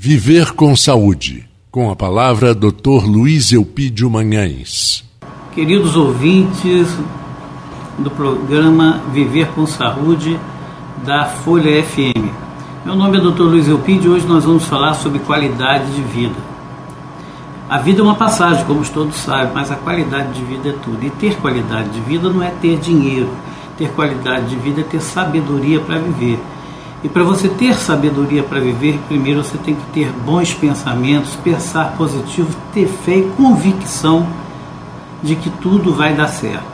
Viver com Saúde, com a palavra Dr. Luiz Eupídio Magalhães. Queridos ouvintes do programa Viver com Saúde da Folha FM. Meu nome é Dr. Luiz Eupídio e hoje nós vamos falar sobre qualidade de vida. A vida é uma passagem, como todos sabem, mas a qualidade de vida é tudo. E ter qualidade de vida não é ter dinheiro. Ter qualidade de vida é ter sabedoria para viver. E para você ter sabedoria para viver, primeiro você tem que ter bons pensamentos, pensar positivo, ter fé e convicção de que tudo vai dar certo.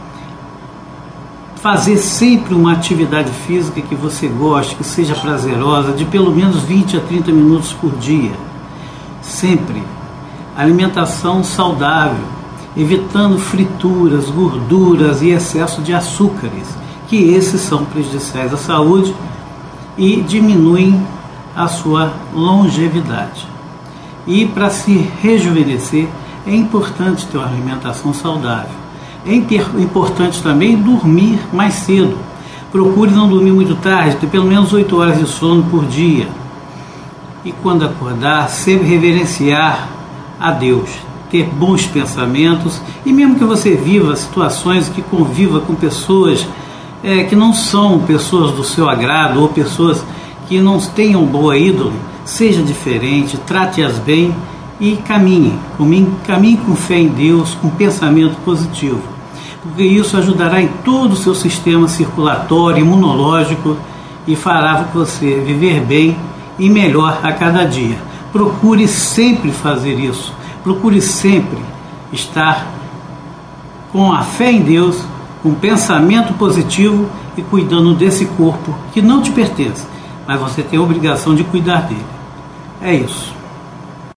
Fazer sempre uma atividade física que você goste, que seja prazerosa, de pelo menos 20 a 30 minutos por dia. Sempre. Alimentação saudável, evitando frituras, gorduras e excesso de açúcares, que esses são prejudiciais à saúde e diminuem a sua longevidade. E para se rejuvenescer é importante ter uma alimentação saudável. É importante também dormir mais cedo. Procure não dormir muito tarde, ter pelo menos 8 horas de sono por dia. E quando acordar, sempre reverenciar a Deus, ter bons pensamentos, e mesmo que você viva situações que conviva com pessoas que não são pessoas do seu agrado ou pessoas que não tenham boa índole, seja diferente, trate-as bem e caminhe com fé em Deus, com pensamento positivo, porque isso ajudará em todo o seu sistema circulatório, imunológico e fará você viver bem e melhor a cada dia. Procure sempre fazer isso, procure sempre estar com a fé em Deus, com pensamento positivo e cuidando desse corpo que não te pertence, mas você tem a obrigação de cuidar dele. É isso.